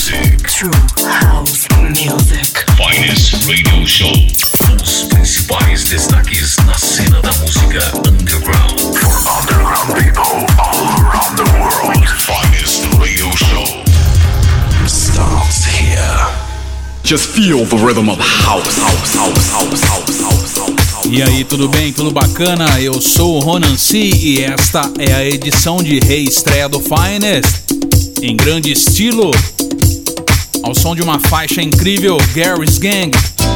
music. True house music. Finest Radio Show. Os principais destaques na cena da música underground. For underground people all around the world. Finest Radio Show starts here. Just feel the rhythm of house. E aí, tudo bem? Tudo bacana? Eu sou o Ronan C e esta é a edição de reestreia do Finest em grande estilo, ao som de uma faixa incrível, Gary's Gang,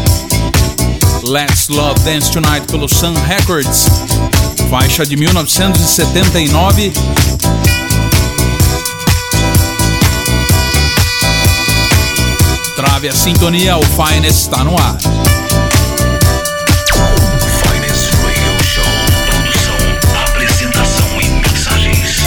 Let's Love Dance Tonight pelo Sun Records, faixa de 1979. Trave a sintonia, o Finest está no ar. Finest Radio Show. Produção, apresentação e mensagens.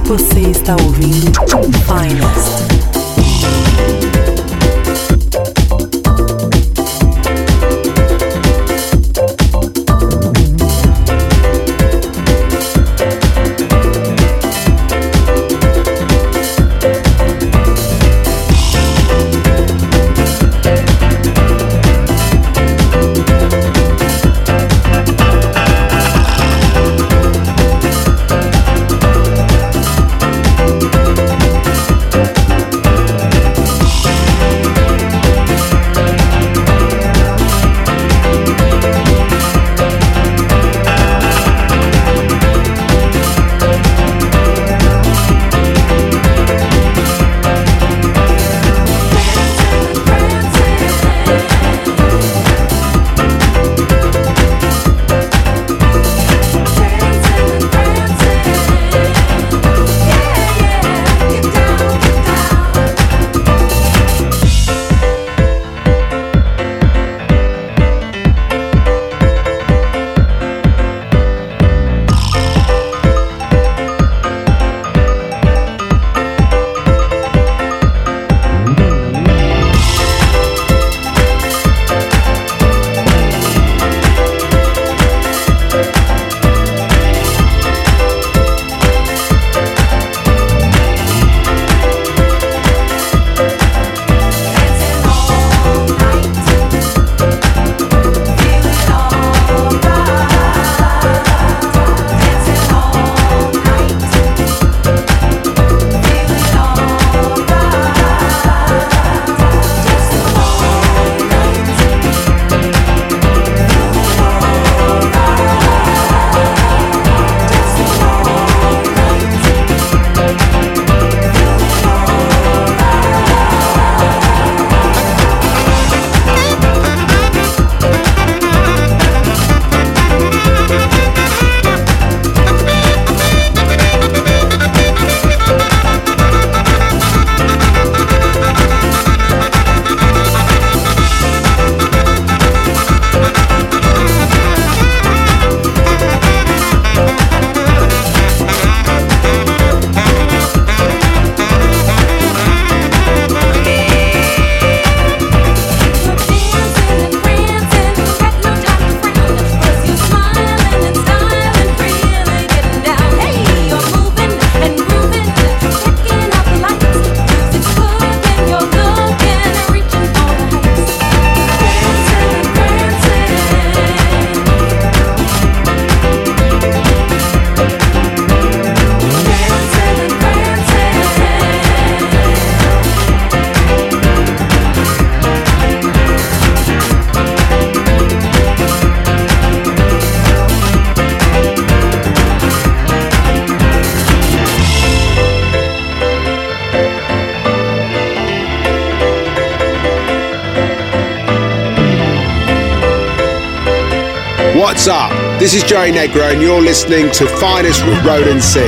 Você está ouvindo Finest. What's up? This is Joey Negro and you're listening to Finest with Roland C.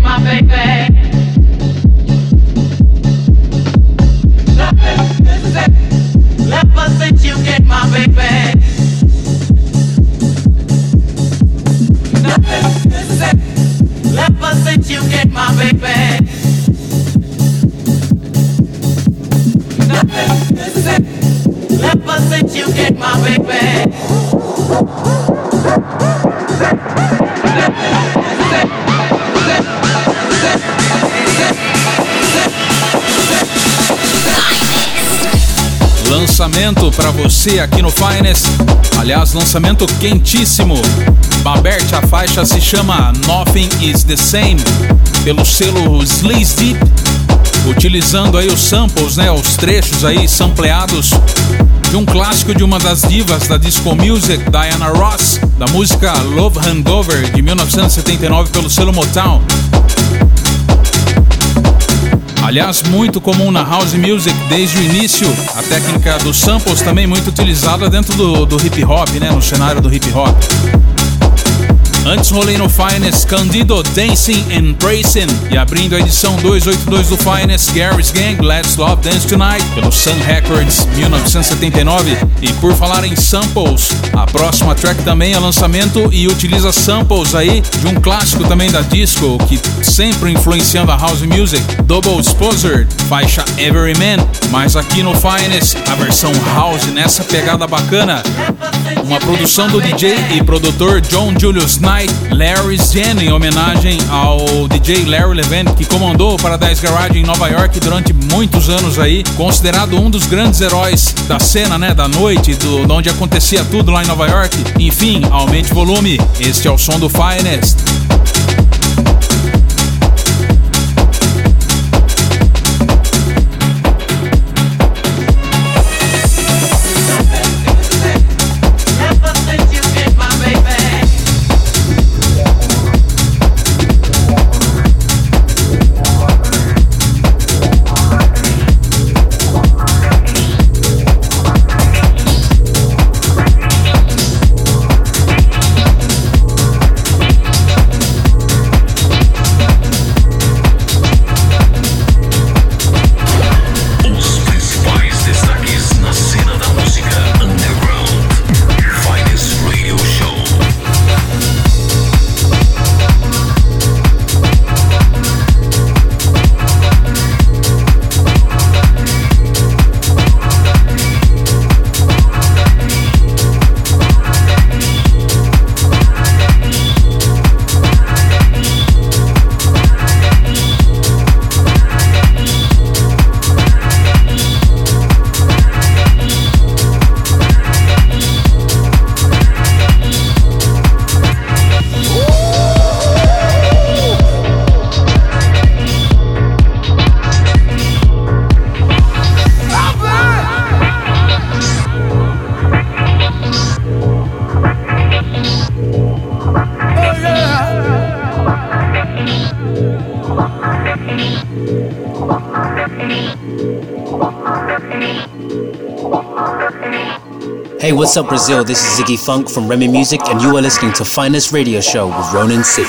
my baby. Ever since you get my baby. Ever since you get my baby. Ever since you get my baby. Lançamento pra você aqui no Finest. Aliás, lançamento quentíssimo. Babert, a faixa se chama Nothing Is The Same, pelo selo Sleaze Deep, utilizando aí os samples, né, os trechos aí sampleados de um clássico de uma das divas da disco music, Diana Ross, da música Love Hangover, de 1979, pelo selo Motown. Aliás, muito comum na house music desde o início, a técnica dos samples também muito utilizada dentro do hip hop, né, no cenário do hip hop. Antes rolei no Finest Candido, Dancing and Praising, e abrindo a edição 282 do Finest, Gary's Gang, Let's Love Dance Tonight, pelo Sun Records, 1979. E por falar em samples, a próxima track também é lançamento e utiliza samples aí de um clássico também da disco, que sempre influenciando a house music, Double Exposure, faixa Everyman, mas aqui no Finest, a versão house nessa pegada bacana, uma produção do DJ e produtor John Julius Knight, Larry's Jam, em homenagem ao DJ Larry Levant, que comandou o Paradise Garage em Nova York durante muitos anos aí, considerado um dos grandes heróis da cena, né, da noite, de onde acontecia tudo lá em Nova York. Enfim, aumente o volume, este é o som do Finest. Hey, what's up, Brazil? This is Ziggy Funk from Remy Music, and you are listening to Finest Radio Show with Ronan C.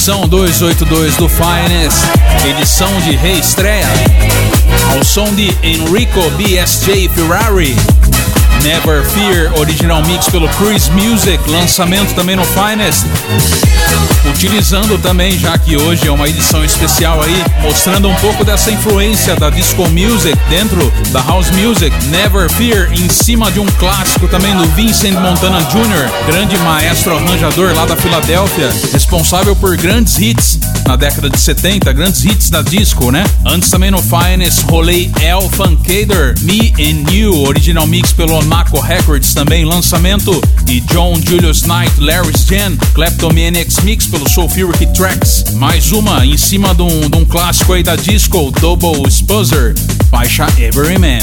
edição 282 do Finest, edição de reestreia, ao som de Enrico BSJ Ferrari. Never Fear, original mix pelo Chris Music, lançamento também no Finest. Utilizando também, já que hoje é uma edição especial aí, mostrando um pouco dessa influência da disco music dentro da house music. Never Fear, em cima de um clássico também do Vincent Montana Jr., grande maestro arranjador lá da Filadélfia, responsável por grandes hits na década de 70, grandes hits da disco, né? Antes também no Finest, rolei El Funkader, Me and You, original mix pelo Naco Records também, lançamento, e John Julius Knight, Larry's Jam, Kleptomaniacs mix pelo Sulfuric Tracks. Mais uma em cima de um clássico aí da disco, Double Exposure, faixa Everyman.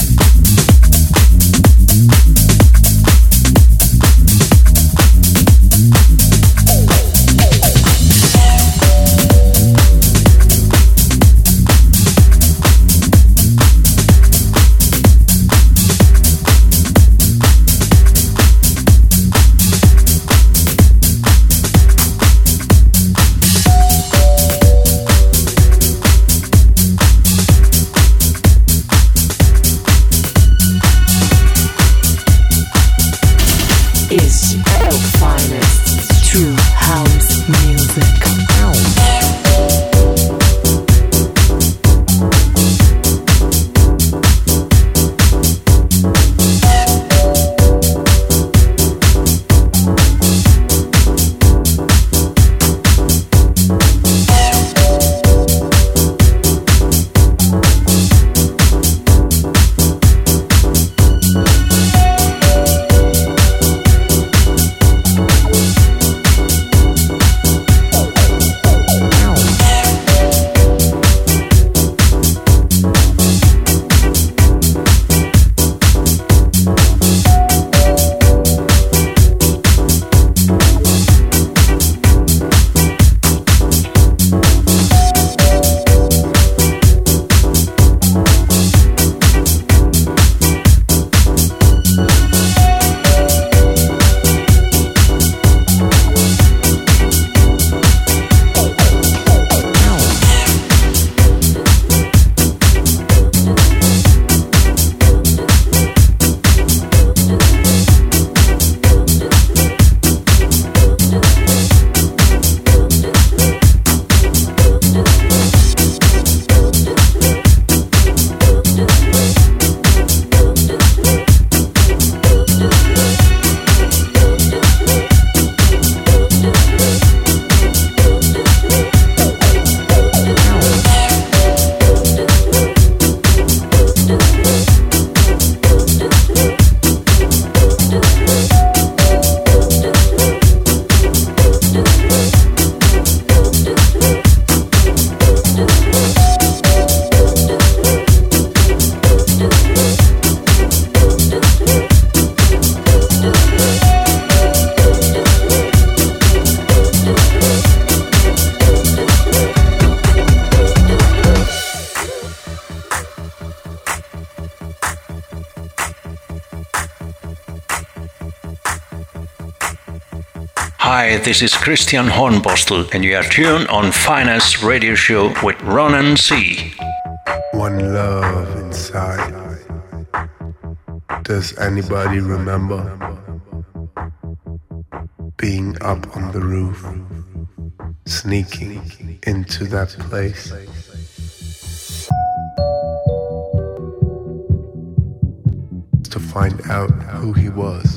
Hi, this is Christian Hornbostel, and you are tuned on Finest Radio Show with Ronan C. One love inside. Does anybody remember being up on the roof, sneaking into that place? To find out who he was.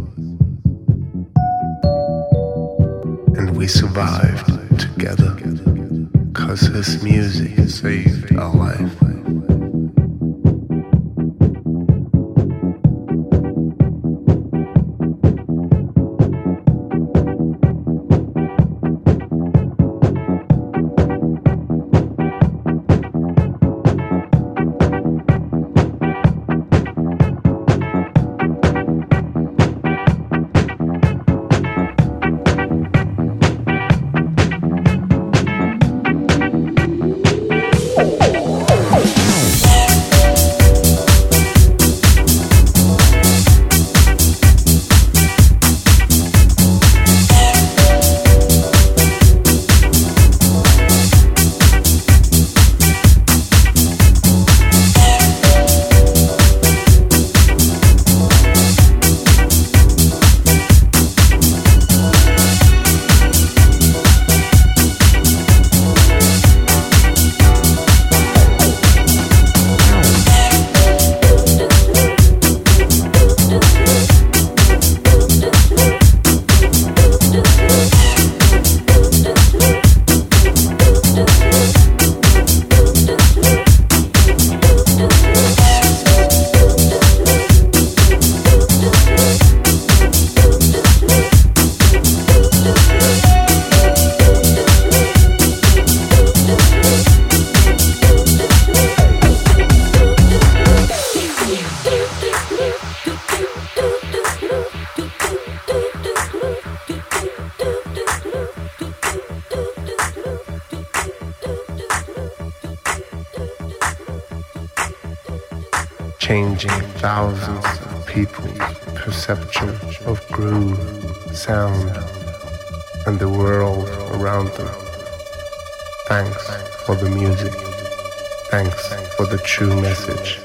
And we survived together, 'cause his music saved our life. changing thousands of people's perception of groove, sound, and the world around them. Thanks for the music. Thanks for the true message.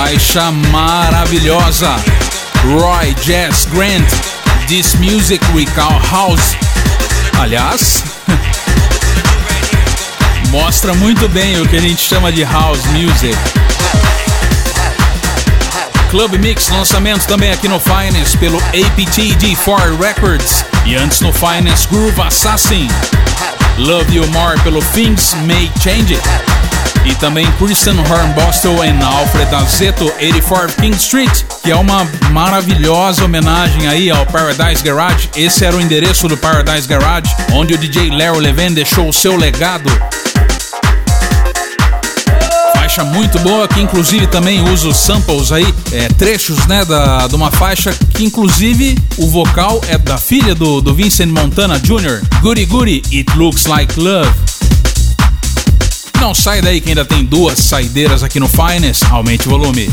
Faixa maravilhosa. Roy Jazz Grant, This Music We Call House. Aliás, mostra muito bem o que a gente chama de House Music. Club Mix, lançamento também aqui no Finest pelo APT-D4 Records. E antes no Finest, Groove Assassin, Love You More pelo Things May Change It. E também Christian Hornbostel e Alfred Azzetto, 84 King Street, que é uma maravilhosa homenagem aí ao Paradise Garage. Esse era o endereço do Paradise Garage, onde o DJ Larry Levan deixou o seu legado. Faixa muito boa, que inclusive também usa os samples aí, trechos, né, de uma faixa que inclusive o vocal é da filha do Vincent Montana Jr., Goody Goody, It Looks Like Love. Não sai daí que ainda tem 2 saideiras aqui no Finest, aumente o volume.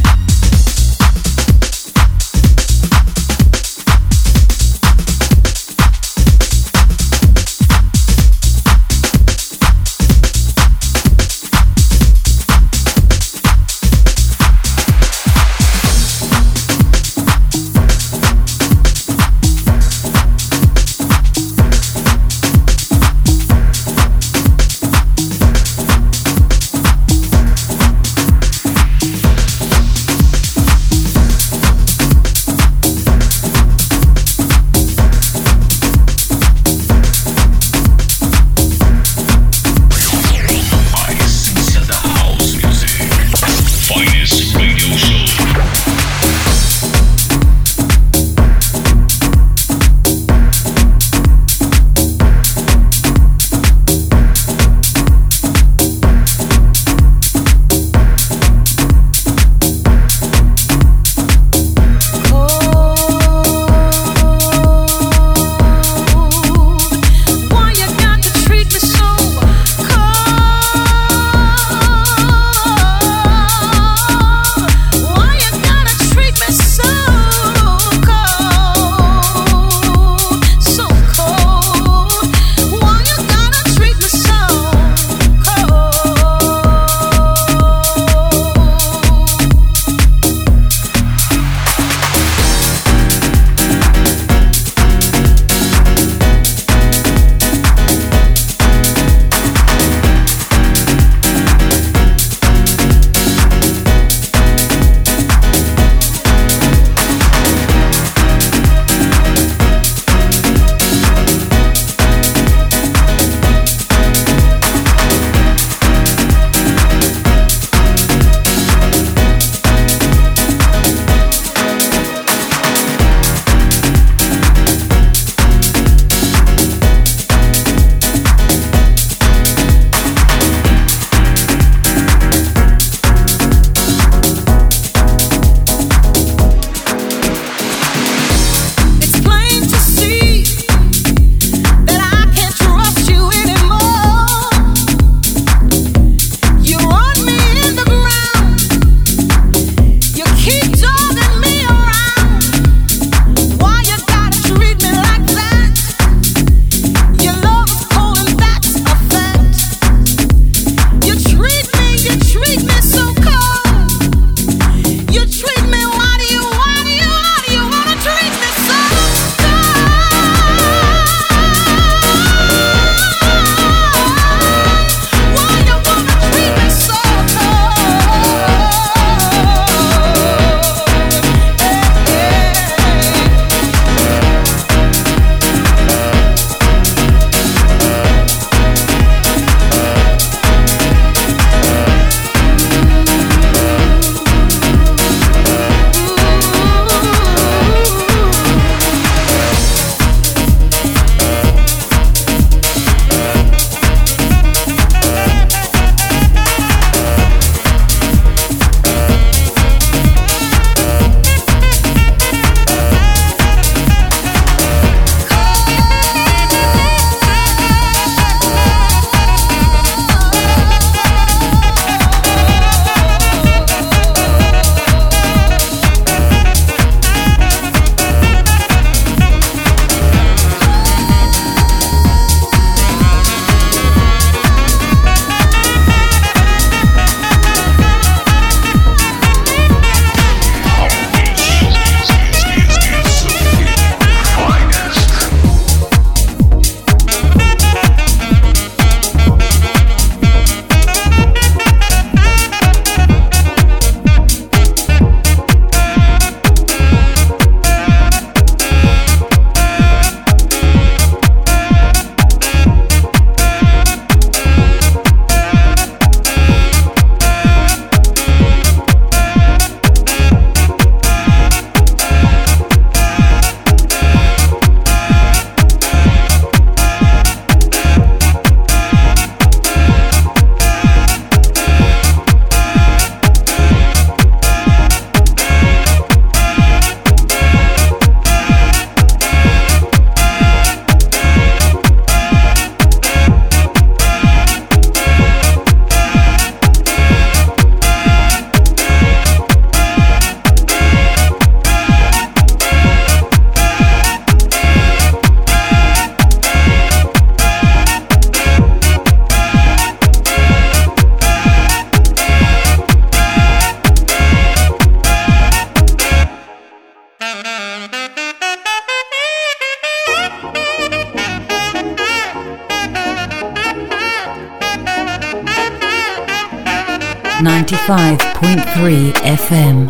95.3 FM.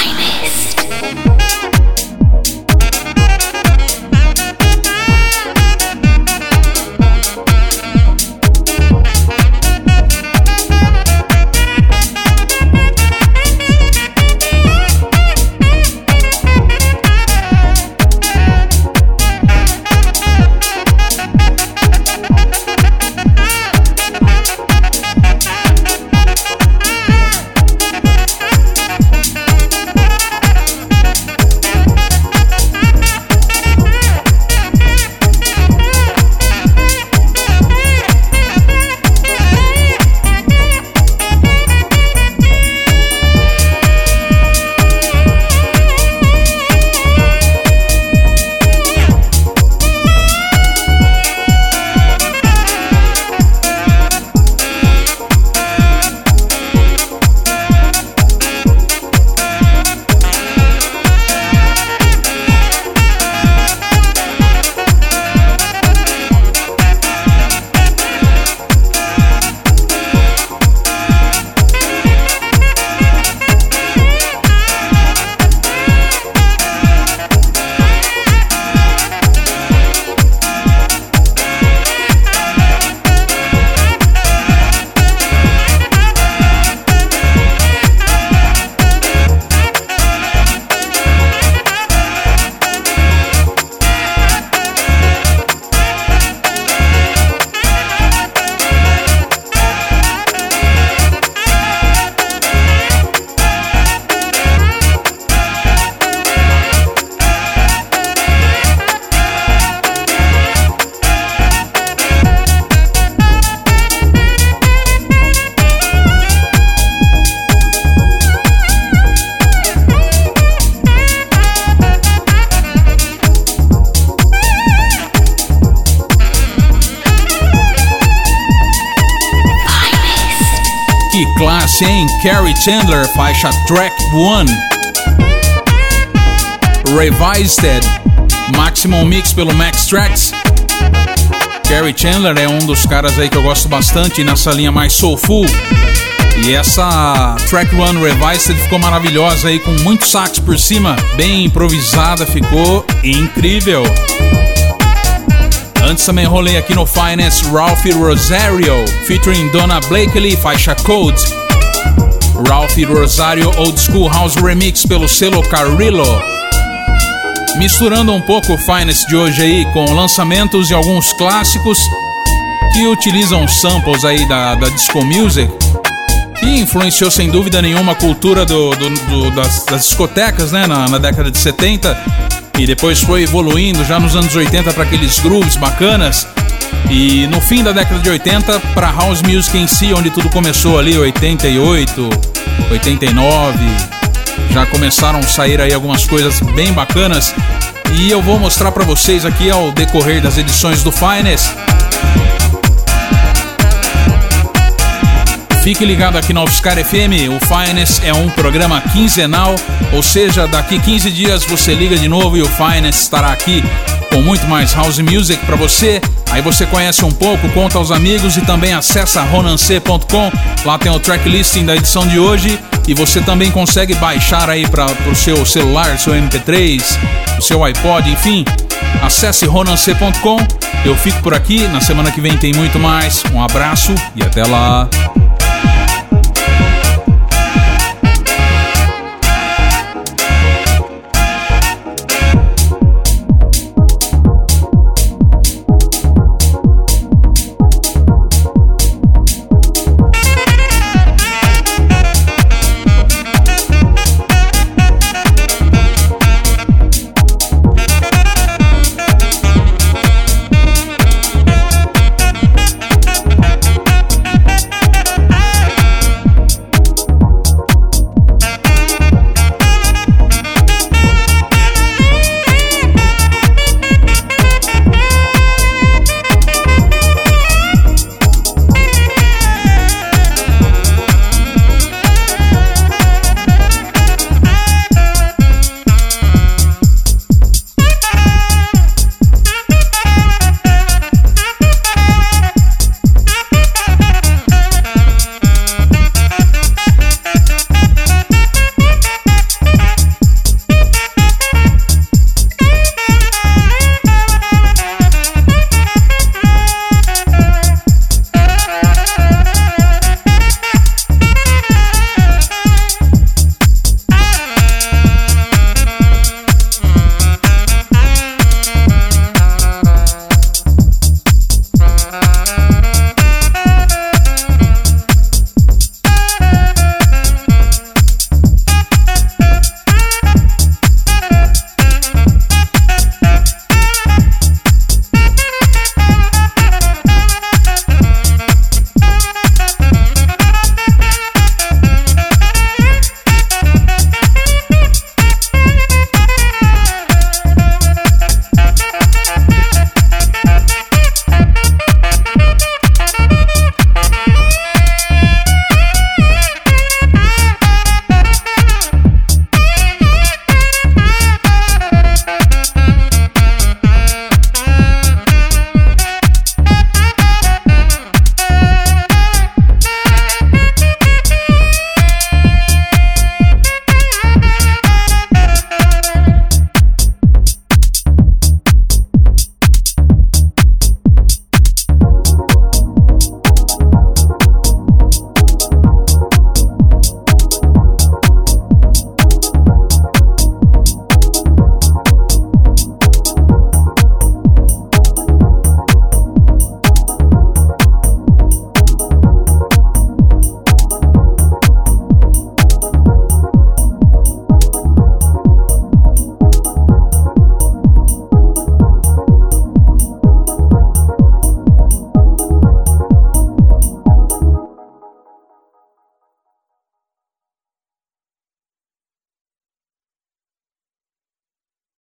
Classe, hein? Carrie Chandler, faixa Track 1. Revised, Maximum Mix pelo Max Tracks. Carrie Chandler é um dos caras aí que eu gosto bastante nessa linha mais soulful. E essa Track 1 Revised ficou maravilhosa aí, com muito sax por cima, bem improvisada, ficou incrível. Antes também rolei aqui no Finest Ralph Rosario, featuring Donna Blakely, faixa Code. Ralph Rosario Old School House Remix pelo selo Carrillo. Misturando um pouco o Finest de hoje aí com lançamentos e alguns clássicos que utilizam samples aí da disco music, que influenciou sem dúvida nenhuma a cultura das discotecas, né, na década de 70. E depois foi evoluindo já nos anos 80 para aqueles grooves bacanas. E no fim da década de 80 para house music em si, onde tudo começou ali, 88, 89. Já começaram a sair aí algumas coisas bem bacanas. E eu vou mostrar para vocês aqui ao decorrer das edições do Finest. Fique ligado aqui na UFSCar FM, o Finest é um programa quinzenal, ou seja, daqui 15 dias você liga de novo e o Finest estará aqui com muito mais house music para você. Aí você conhece um pouco, conta aos amigos e também acessa ronancê.com, lá tem o tracklisting da edição de hoje e você também consegue baixar aí para o seu celular, seu MP3, o seu iPod, enfim. Acesse ronancê.com, eu fico por aqui, na semana que vem tem muito mais, um abraço e até lá.